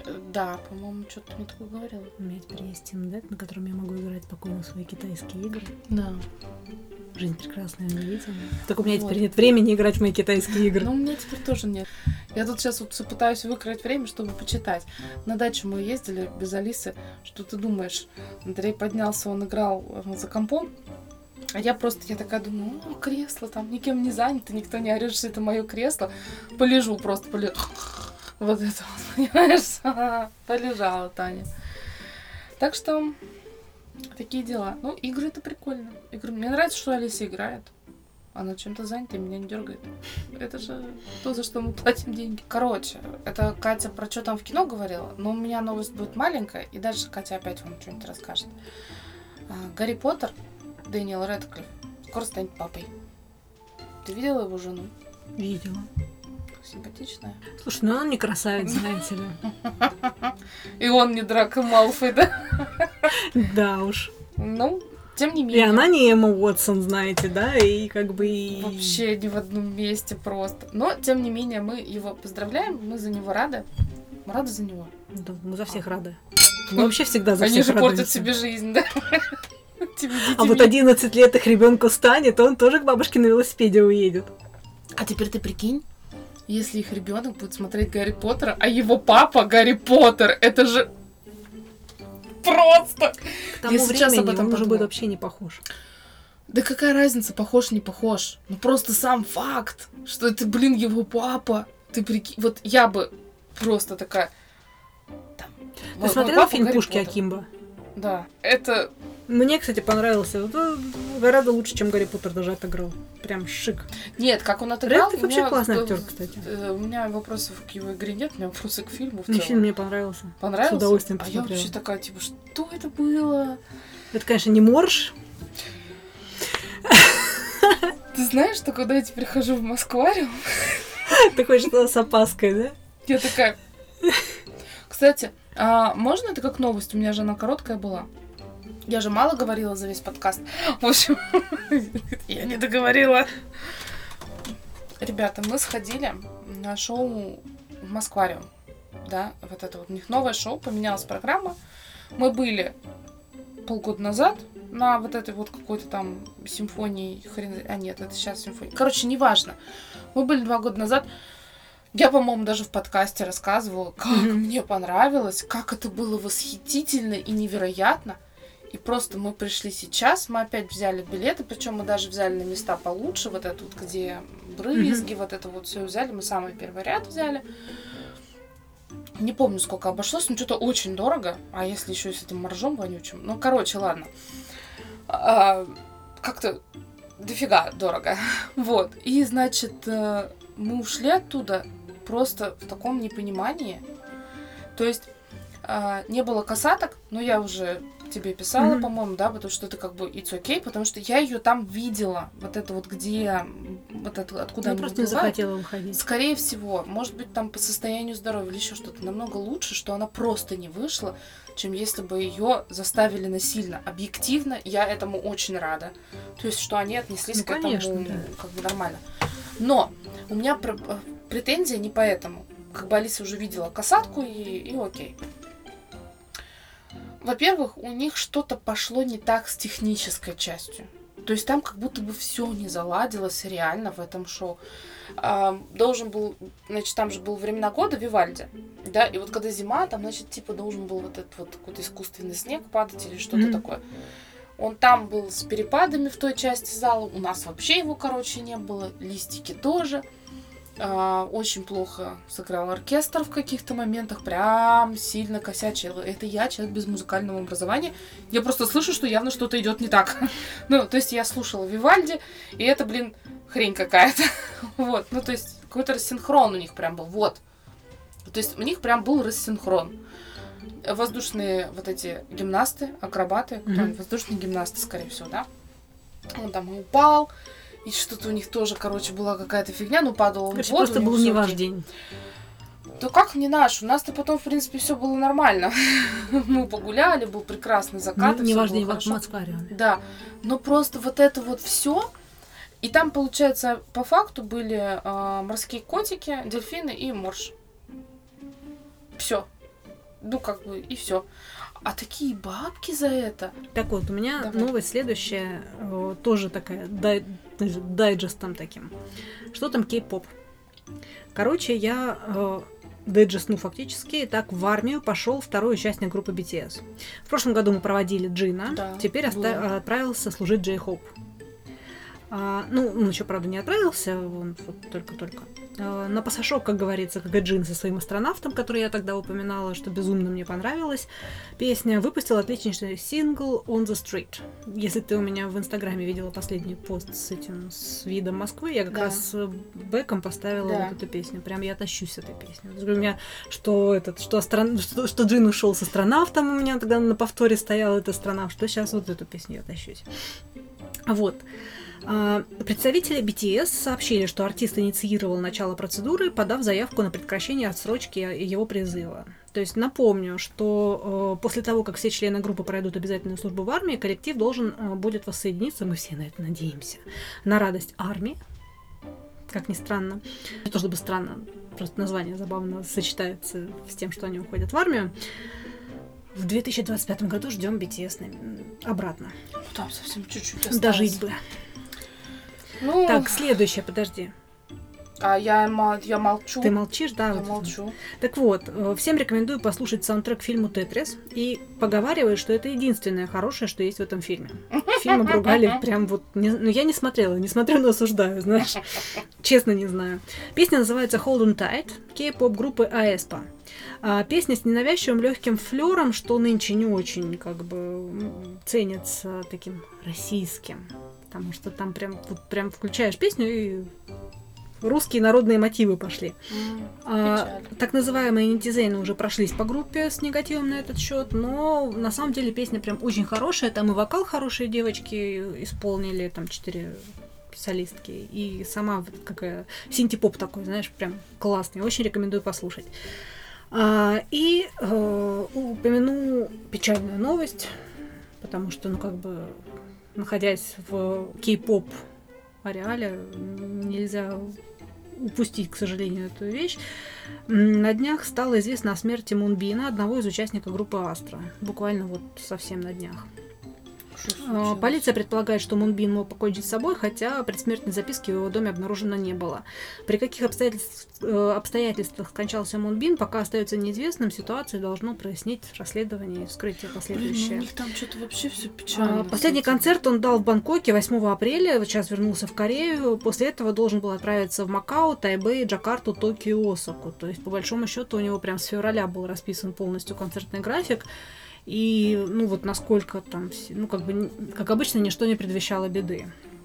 Да, по-моему, что-то мне такое говорила. У меня теперь есть Steam Deck, на котором я могу играть спокойно в свои китайские игры. Да. Жизнь прекрасная, удивительная. Только у меня Вот. теперь нет времени играть в мои китайские игры. Ну, у меня теперь тоже нет. Я тут сейчас вот всё пытаюсь выкроить время, чтобы почитать. На дачу мы ездили без Алисы. Что ты думаешь? Андрей поднялся, он играл э, за компом. А я просто, я такая думаю, ну, кресло там никем не занято, никто не орёт, что это мое кресло. Полежу просто, полежу. Вот это вот, понимаешь? Полежала Таня. Так что, такие дела. Ну, игры это прикольно. Игры... Мне нравится, что Алиса играет. Она чем-то занята и меня не дергает. Это же то, за что мы платим деньги. Короче, это Катя про что там в кино говорила, но у меня новость будет маленькая, и дальше Катя опять вам что-нибудь расскажет. А, Гарри Поттер, Дэниел Рэдклифф, скоро станет папой. Ты видела его жену? Видела. Симпатичная. Слушай, ну он не красавец, знаете ли. И он не Драко Малфой, да? Да уж. Ну, тем не И менее. она не Эмма Уотсон, знаете, да, и как бы... и- Вообще ни в одном месте просто. Но, тем не менее, мы его поздравляем, мы за него рады. Мы рады за него. Да, мы за всех рады. Мы вообще всегда за Они всех же портят радуемся. себе жизнь, да? Тебе А вот детьми. одиннадцать лет их ребенку станет, он тоже к бабушке на велосипеде уедет. А теперь ты прикинь, если их ребенок будет смотреть Гарри Поттера, а его папа Гарри Поттер, это же просто. К тому Я сейчас об времени этом он уже подумала. будет вообще не похож. Да какая разница, похож, не похож. Ну просто сам факт, что это, блин, его папа. Ты прикинь, вот я бы просто такая... Там, Ты мой- мой смотрела папа фильм Гарри «Пушки Поттер». Акимбо»? Да, это... Мне, кстати, понравился. Вот, э, гораздо лучше, чем Гарри Поттер даже отыграл. Прям шик. Нет, как он отыграл... Рэдклифф у меня вообще классный в- актер, кстати. э, У меня вопросов к его игре нет, у меня вопросы к фильму в Мне целом. фильм мне понравился. Понравился? С удовольствием А я посмотрела. вообще такая, типа, что это было? Это, конечно, не морж. Ты знаешь, что когда я теперь хожу в Москвариум, Такой что с опаской, да? я такая... Кстати, а можно это как новость? У меня же она короткая была. Я же мало говорила за весь подкаст. В общем, я не договорила. Ребята, мы сходили на шоу в Москвариум. Да, вот это вот у них новое шоу, поменялась программа. Мы были полгода назад на вот этой вот какой-то там симфонии. Хрен... А нет, это сейчас симфония. Короче, неважно. Мы были два года назад. Я, по-моему, даже в подкасте рассказывала, как Мгм. мне понравилось, как это было восхитительно и невероятно. И просто мы пришли сейчас, мы опять взяли билеты, причем мы даже взяли на места получше, вот это вот, где брызги, вот это вот все взяли, мы самый первый ряд взяли. Не помню, сколько обошлось, но что-то очень дорого, а если еще и с этим моржом вонючим, ну, короче, ладно. А, как-то дофига дорого, вот. И, значит, э, мы ушли оттуда просто в таком непонимании, то есть а, не было касаток, но я уже тебе писала, Мгм. по-моему, да, потому что это как бы it's okay, потому что я ее там видела, вот это вот где, вот это, откуда Я они просто не выплывают. захотела выходить. Скорее всего, может быть, там по состоянию здоровья или еще что-то намного лучше, что она просто не вышла, чем если бы ее заставили насильно. Объективно, я этому очень рада. То есть, что они отнеслись Ну, к этому конечно, да. как бы нормально. Но у меня пр- э, претензия не поэтому. Как бы Алиса уже видела касатку и, и окей. Во-первых, у них что-то пошло не так с технической частью. То есть там как будто бы все не заладилось реально в этом шоу. А, должен был, значит, там же был времена года Вивальди, да, и вот когда зима, там, значит, типа должен был вот этот вот какой-то искусственный снег падать или что-то Мгм. такое. Он там был с перепадами в той части зала, у нас вообще его, короче, не было, листики тоже. А, очень плохо сыграл оркестр в каких-то моментах, прям сильно косячил. Это я, человек без музыкального образования. Я просто слышу, что явно что-то идет не так. Ну, то есть я слушала Вивальди, и это, блин, хрень какая-то. Вот, ну, то есть какой-то рассинхрон у них прям был, вот. То есть у них прям был рассинхрон. Воздушные вот эти гимнасты, акробаты, Мгм. кто они? Воздушные гимнасты, скорее всего, да? Он там и упал, и что-то у них тоже, короче, была какая-то фигня, ну, падал он в Короче, воду. просто у него был не всё ваш окей. день. Да как не наш? У нас-то потом, в принципе, все было нормально. Мы погуляли, был прекрасный закат. Ну, и не всё ваш было день в хорошо. атмосфере. Да, но просто вот это вот все. И там, получается, по факту были а, морские котики, дельфины и морж. Все. ну, как бы, и все. А такие бабки за это. Так вот, у меня Давай. новость следующая, э, тоже такая, дай, даже дайджестом таким. Что там кей-поп? Короче, я э, дайджестну фактически, так в армию пошел второй участник группы би ти эс. В прошлом году мы проводили Джина, Да, теперь оста- было. отправился служить Джей Хоуп. А, ну, ну, еще, правда, не отправился, он вот только-только. А, на пасашок, как говорится, как и Джин со своим астронавтом, который я тогда упоминала, что безумно мне понравилась. Песня выпустил отличнейший сингл On the Street. Если ты у меня в Инстаграме видела последний пост с этим, с видом Москвы, я как Да. раз с бэком поставила Да. вот эту песню. Прям я тащусь с этой песней. У меня, что этот, что, астрон... что, что Джин ушел с астронавтом, у меня тогда на повторе стоял этот астронавт, что сейчас вот эту песню я тащусь. Вот. А, Представители би ти эс сообщили, что артист инициировал начало процедуры, подав заявку на прекращение отсрочки его призыва. То есть напомню, что э, после того, как все члены группы пройдут обязательную службу в армии, коллектив должен э, будет воссоединиться, мы все на это надеемся, на радость армии, как ни странно. Не то чтобы странно, просто название забавно сочетается с тем, что они уходят в армию. В две тысячи двадцать пятом году ждем би ти эс на- обратно. Ну, там совсем чуть-чуть осталось. Дожить бы. Ну, Так, следующее, подожди. а я, мол- я молчу. Ты молчишь, да? Я вот это? молчу. Так вот, э, всем рекомендую послушать саундтрек к фильму «Тетрис» и поговаривают, что это единственное хорошее, что есть в этом фильме. Фильм обругали прям вот... не- ну, я не смотрела, не смотрю, но осуждаю, знаешь. Честно не знаю. Песня называется «Hold on Tight», кей-поп группы аэспа. А, песня с ненавязчивым легким флером, что нынче не очень как бы м, ценится таким российским. Потому что там прям, вот, прям включаешь песню и русские народные мотивы пошли. М, А, печаль. так называемые нетизейны уже прошлись по группе с негативом на этот счет, но на самом деле песня прям очень хорошая, там и вокал хорошие девочки исполнили, там четыре солистки, и сама вот какая синти-поп такой, знаешь, прям классный, очень рекомендую послушать. А, и э, упомяну печальную новость, потому что, ну, как бы, находясь в кей-поп ареале, нельзя упустить, к сожалению, эту вещь. М, На днях стало известно о смерти Мунбина, одного из участников группы Астра. Буквально вот совсем на днях. Что А, случилось? Полиция предполагает, что Мунбин мог покончить с собой, хотя предсмертной записки в его доме обнаружено не было. При каких обстоятельств- э, обстоятельствах скончался Мунбин, пока остается неизвестным. Ситуацию должно прояснить расследование и вскрытие Блин, ну у последующее. них там что-то вообще все А, печально. Последний с этим. концерт он дал в Бангкоке восьмого апреля, вот сейчас вернулся в Корею. После этого должен был отправиться в Макао, Тайбэй, Джакарту, Токио и Осаку. То есть, по большому счету, у него прям с февраля был расписан полностью концертный график. И, ну, вот насколько там, все- ну, как бы, н- как обычно, ничто не предвещало беды.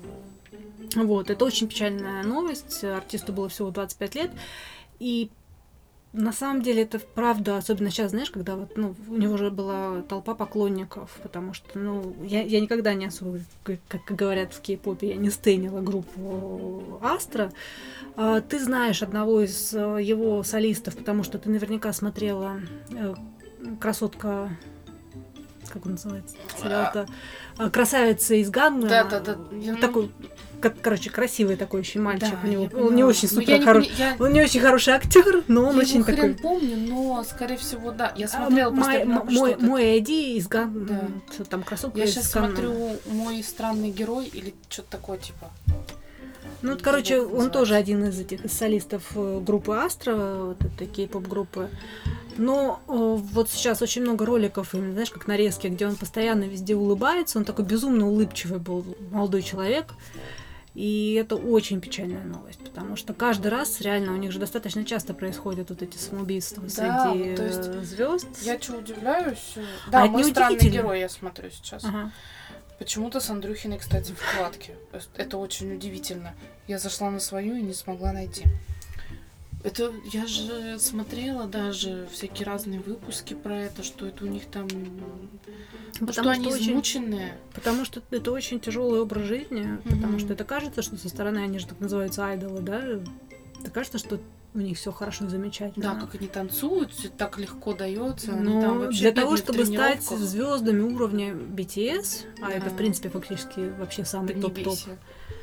Вот, это очень печальная новость. Артисту было всего двадцать пять лет. И на самом деле это правда, особенно сейчас, знаешь, когда вот, ну, у него же была толпа поклонников, потому что, ну, я, я никогда не особо, как, как говорят в кей-попе, я не стейнила группу Астра. А, ты знаешь одного из э, его солистов, потому что ты наверняка смотрела э, «Красотка», как он называется, сериал-то, А, «Красавица из Ганга». Да-да-да. Такой, ко- короче, красивый такой очень мальчик. Да, у него, я он не поняла. очень Ну, супер я не хороший. пони- я- Он не очень хороший актер, но он я очень его хрен такой. помню, но, скорее всего, да. Я А, смотрела просто мой, я поняла, мой, что это. мой ай ди из Ган... Да. что там красотка Я из сейчас Ганнама. смотрю «Мой странный герой» или что-то такое, типа. Ну, вот, не короче, знаю, как он тоже называется. один из этих из солистов э, группы Астра, вот этой кей-поп-группы. Но э, вот сейчас очень много роликов, именно, знаешь, как нарезки, где он постоянно везде улыбается. Он такой безумно улыбчивый был молодой человек. И это очень печальная новость, потому что каждый раз, реально, у них же достаточно часто происходят вот эти самоубийства Да, среди вот, то есть звезд. Я что, удивляюсь? Да, А это «Мой странный неудивительно. герой» я смотрю сейчас. Ага. Почему-то с Андрюхиной, кстати, вкладки. Это очень удивительно. Я зашла на свою и не смогла найти. Это я же смотрела даже всякие разные выпуски про это, что это у них там... Ну, что Потому они что очень- измученные. Потому что это очень тяжелый образ жизни, потому Мгм. что это кажется, что со стороны они же так называются айдолы, да? Это кажется, что у них все хорошо и замечательно. Да, как они танцуют, всё так легко дается. они Но там вообще для того, бедные в чтобы стать тренировках. звездами уровня би ти эс, а это, Да. в принципе, фактически вообще самый топ-топ. Поднебесье.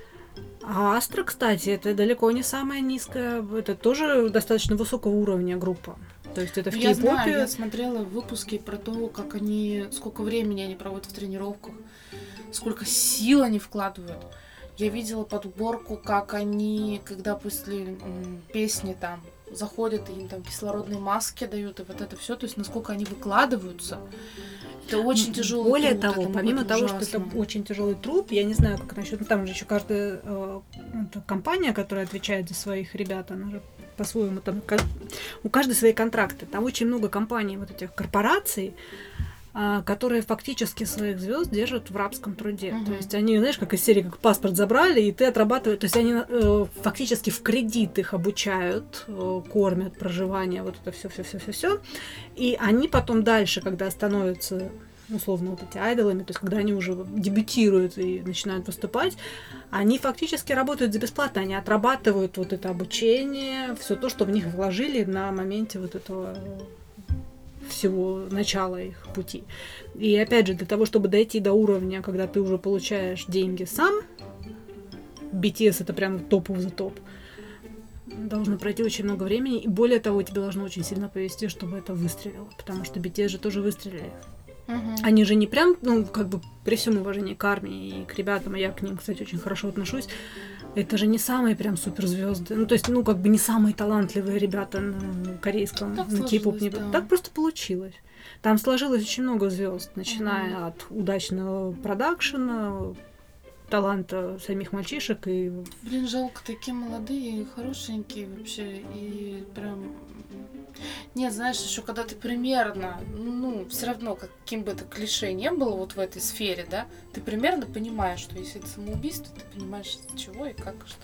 А Астра, кстати, это далеко не самая низкая, это тоже достаточно высокого уровня группа. То есть это в Ну, я знаю, кей-попе. я смотрела выпуски про то, как они, сколько времени они проводят в тренировках, сколько сил они вкладывают. Я видела подборку, как они, когда после м, песни там заходят, и им там кислородные маски дают, и вот это все, то есть насколько они выкладываются. Это очень тяжелый Более труд, того, это, помимо это того, ужасно. что это очень тяжелый труд, я не знаю, как насчет, ну, там же еще каждая э, это компания, которая отвечает за своих ребят, она же по-своему там ка- у каждой свои контракты. Там очень много компаний, вот этих корпораций, а, которые фактически своих звезд держат в рабском труде. Мгм. То есть они, знаешь, как из серии, как паспорт забрали, и ты отрабатываешь. То есть они э, фактически в кредит их обучают, э, кормят, проживание, вот это все, все, все, все, все. И они потом дальше, когда становятся условно вот эти айдолами, то есть когда они уже дебютируют и начинают выступать, они фактически работают за бесплатно, они отрабатывают вот это обучение, все то, что в них вложили на моменте вот этого всего начала их пути. И опять же, для того, чтобы дойти до уровня, когда ты уже получаешь деньги сам, би ти эс это прям топ of the топ, должно пройти очень много времени, и более того, тебе должно очень сильно повезти, чтобы это выстрелило, потому что би ти эс же тоже выстрелили. Мгм. Они же не прям, ну, как бы, при всем уважении к армии и к ребятам, а я к ним, кстати, очень хорошо отношусь, это же не самые прям суперзвезды. Ну, то есть, ну, как бы не самые талантливые ребята на корейском, Так на кей-поп. сложилось, Не... да. Так просто получилось. Там сложилось очень много звезд, начиная Мгм. от удачного продакшена, таланта самих мальчишек и... Блин, жалко, такие молодые, хорошенькие вообще, и прям... Нет, знаешь, еще когда ты примерно, ну, все равно, каким бы это клише не было вот в этой сфере, да, ты примерно понимаешь, что если это самоубийство, ты понимаешь, из-за чего и как, и что.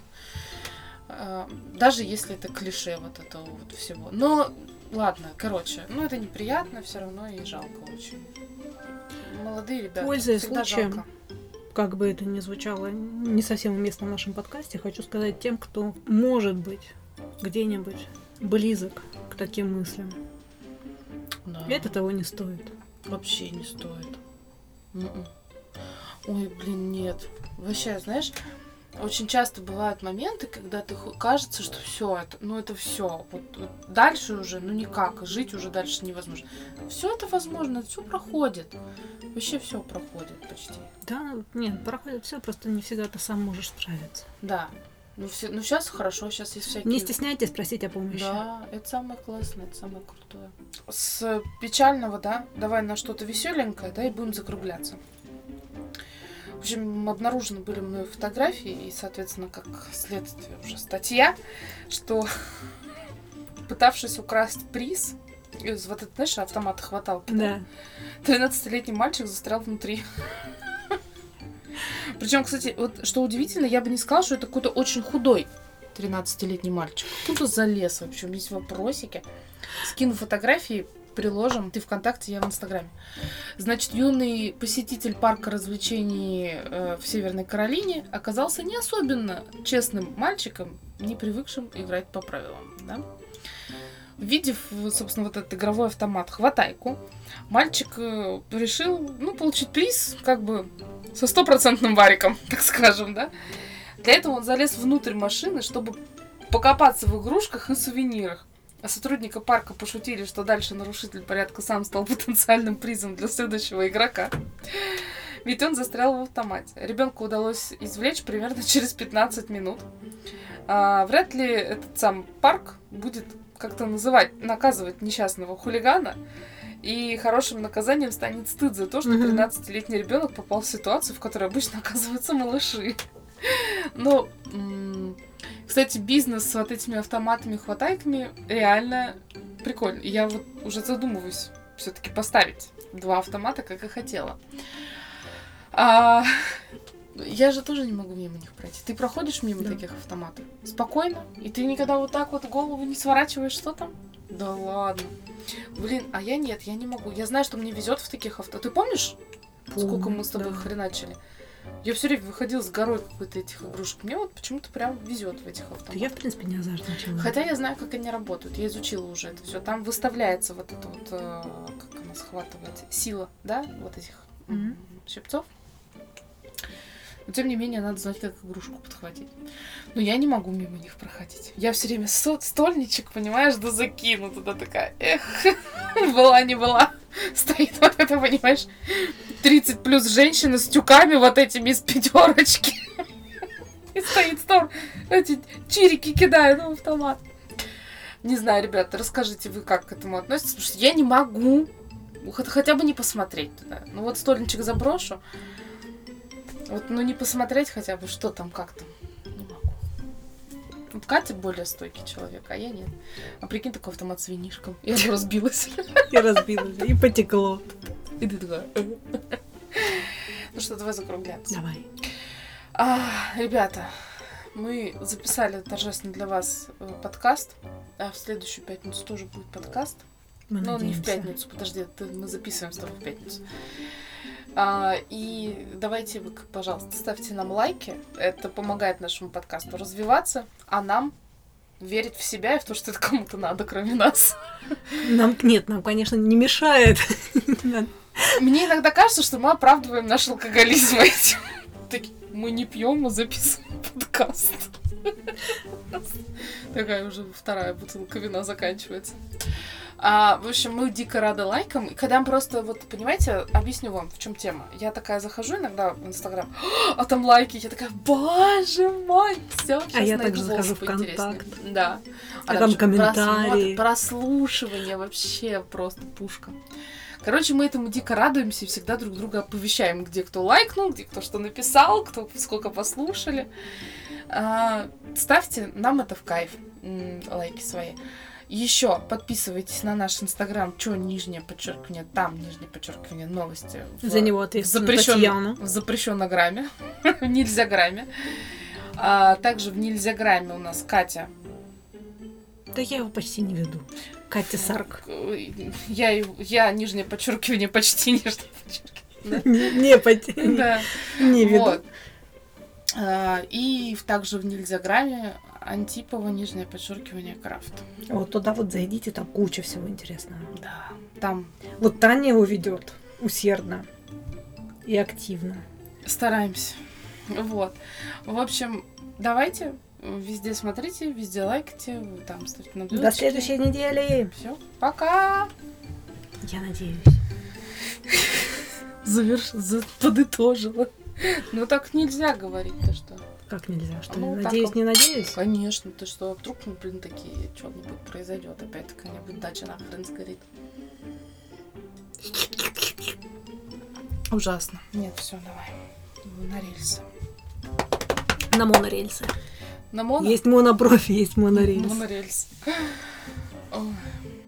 А, даже если это клише вот этого вот всего. Но, ладно, короче, ну, это неприятно все равно и жалко очень. Молодые ребята, Пользуясь всегда случаем, жалко. как бы это ни звучало, не совсем уместно в нашем подкасте, хочу сказать тем, кто может быть где-нибудь близок к таким мыслям. Да. Это того не стоит. Вообще не стоит. М-м. Ой, блин, нет. Вообще, знаешь, очень часто бывают моменты, когда ты ху- кажется, что все это, ну это все, вот, вот дальше уже, ну никак, жить уже дальше невозможно. Все это возможно, все проходит. Вообще все проходит почти. Да, нет, проходит все, просто не всегда ты сам можешь справиться. Да. Ну, все, ну сейчас хорошо, сейчас есть всякие... Не стесняйтесь просить о помощи. Да, это самое классное, это самое крутое. С печального, да, давай на что-то веселенькое, да, и будем закругляться. В общем, обнаружены были мной фотографии, и, соответственно, как следствие уже статья, что пытавшись украсть приз из вот этого, знаешь, автомата хваталки, да, Да. тринадцатилетний мальчик застрял внутри. Причем, кстати, вот что удивительно, я бы не сказала, что это какой-то очень худой тринадцатилетний мальчик. Откуда залез вообще? У меня есть вопросики. Скину фотографии, приложим. Ты ВКонтакте, я в Инстаграме. Значит, юный посетитель парка развлечений э, в Северной Каролине оказался не особенно честным мальчиком, не привыкшим играть по правилам. Да? Увидев, собственно, вот этот игровой автомат хватайку, мальчик э, решил, ну, получить приз, как бы, со стопроцентным вариком, так скажем, да. Для этого он залез внутрь машины, чтобы покопаться в игрушках и сувенирах. А сотрудники парка пошутили, что дальше нарушитель порядка сам стал потенциальным призом для следующего игрока. Ведь он застрял в автомате. Ребенку удалось извлечь примерно через пятнадцать минут. А, вряд ли этот сам парк будет как-то называть, наказывать несчастного хулигана. И хорошим наказанием станет стыд за то, что Мгм. тринадцатилетний ребенок попал в ситуацию, в которой обычно оказываются малыши. Но, м, кстати, бизнес с вот этими автоматами-хватайками реально прикольный. И я вот уже задумываюсь все-таки поставить два автомата, как и хотела. А, я же тоже не могу мимо них пройти. Ты проходишь мимо Да. таких автоматов спокойно, и ты никогда вот так вот голову не сворачиваешь, что там? Да ладно. Блин, а я нет, я не могу. Я знаю, что мне везет в таких авто. Ты помнишь, сколько Помню, мы с тобой да. хреначили? Я все время выходила с горой какой-то этих игрушек. Мне вот почему-то прям везет в этих Да автоматах. я, в принципе, не азартный человек. Хотя я знаю, как они работают. Я изучила уже это все. Там выставляется вот это вот, э, как она схватывает, сила, да, вот этих м, Мгм. щипцов. Но, тем не менее, надо знать, как игрушку подхватить. Но я не могу мимо них проходить. Я все время со- стольничек, понимаешь, да закину туда такая. Эх, была не была. Стоит вот это, понимаешь, тридцать плюс женщина с тюками вот этими из пятерочки. И стоит стор, эти чирики кидают в автомат. Не знаю, ребята, расскажите вы, как к этому относитесь, потому что я не могу хотя бы не посмотреть туда. Ну вот стольничек заброшу, вот, ну не посмотреть хотя бы, что там, как там, не могу. Вот Катя более стойкий человек, а я нет. А прикинь, такой автомат с винишком, и оно разбилось. И разбилось, и потекло. И ты такая... Ну что, давай закругляться. Давай. А, ребята, мы записали торжественно для вас подкаст, а в следующую пятницу тоже будет подкаст. Мы Но надеемся. не в пятницу, подожди, это мы записываем с тобой в пятницу. А, и давайте вы, пожалуйста, ставьте нам лайки. Это помогает нашему подкасту развиваться, а нам верить в себя и в то, что это кому-то надо, кроме нас. Нам, нет, нам, конечно, не мешает. Мне иногда кажется, что мы оправдываем наш алкоголизм этим. Такие, мы не пьем, мы записываем подкаст. Такая уже вторая бутылка вина заканчивается. А, в общем, мы дико рады лайкам. И когда мы просто, вот, понимаете, объясню вам, в чем тема. Я такая захожу иногда в Инстаграм, а там лайки, я такая, боже мой, все. А я также захожу в Контакт. Да. А там комментарии. Просмотр, прослушивание, вообще просто пушка. Короче, мы этому дико радуемся и всегда друг друга оповещаем, где кто лайкнул, где кто что написал, кто сколько послушали. А, ставьте, нам это в кайф, м- лайки свои. Еще подписывайтесь на наш Инстаграм, чё, нижнее подчеркивание, там, нижнее подчеркивание, новости. В, За него ответственна запрещен, Татьяна. в запрещеннограмме, в нельзяграмме. А, также в нельзяграмме у нас Катя. Да я его почти не веду. Катя Сарк. Я, я нижнее подчеркивание, почти нижнее подчеркивание. Не, не, поти- Да. не веду. Вот. А, и также в нельзяграмме Антипова, нижнее подчеркивание, Крафт. Вот туда вот зайдите, там куча всего интересного. Да, там Вот Таня его ведет усердно и активно. стараемся. Вот. В общем, давайте везде смотрите, везде лайкайте, вы там ставьте на До следующей недели. Все, пока! Я надеюсь. Заверш... За... Подытожила. Ну так нельзя говорить-то что. Как нельзя? Что, Ну, так надеюсь, вот. не надеюсь? Конечно, ты что, вдруг, ну, блин, такие, что-нибудь произойдет, опять какая-нибудь дача нахрен сгорит. Ужасно. Нет, все, давай. На рельсы. На монорельсы. На моно? Есть монопрофи, есть монорельсы. Монорельс. Ой.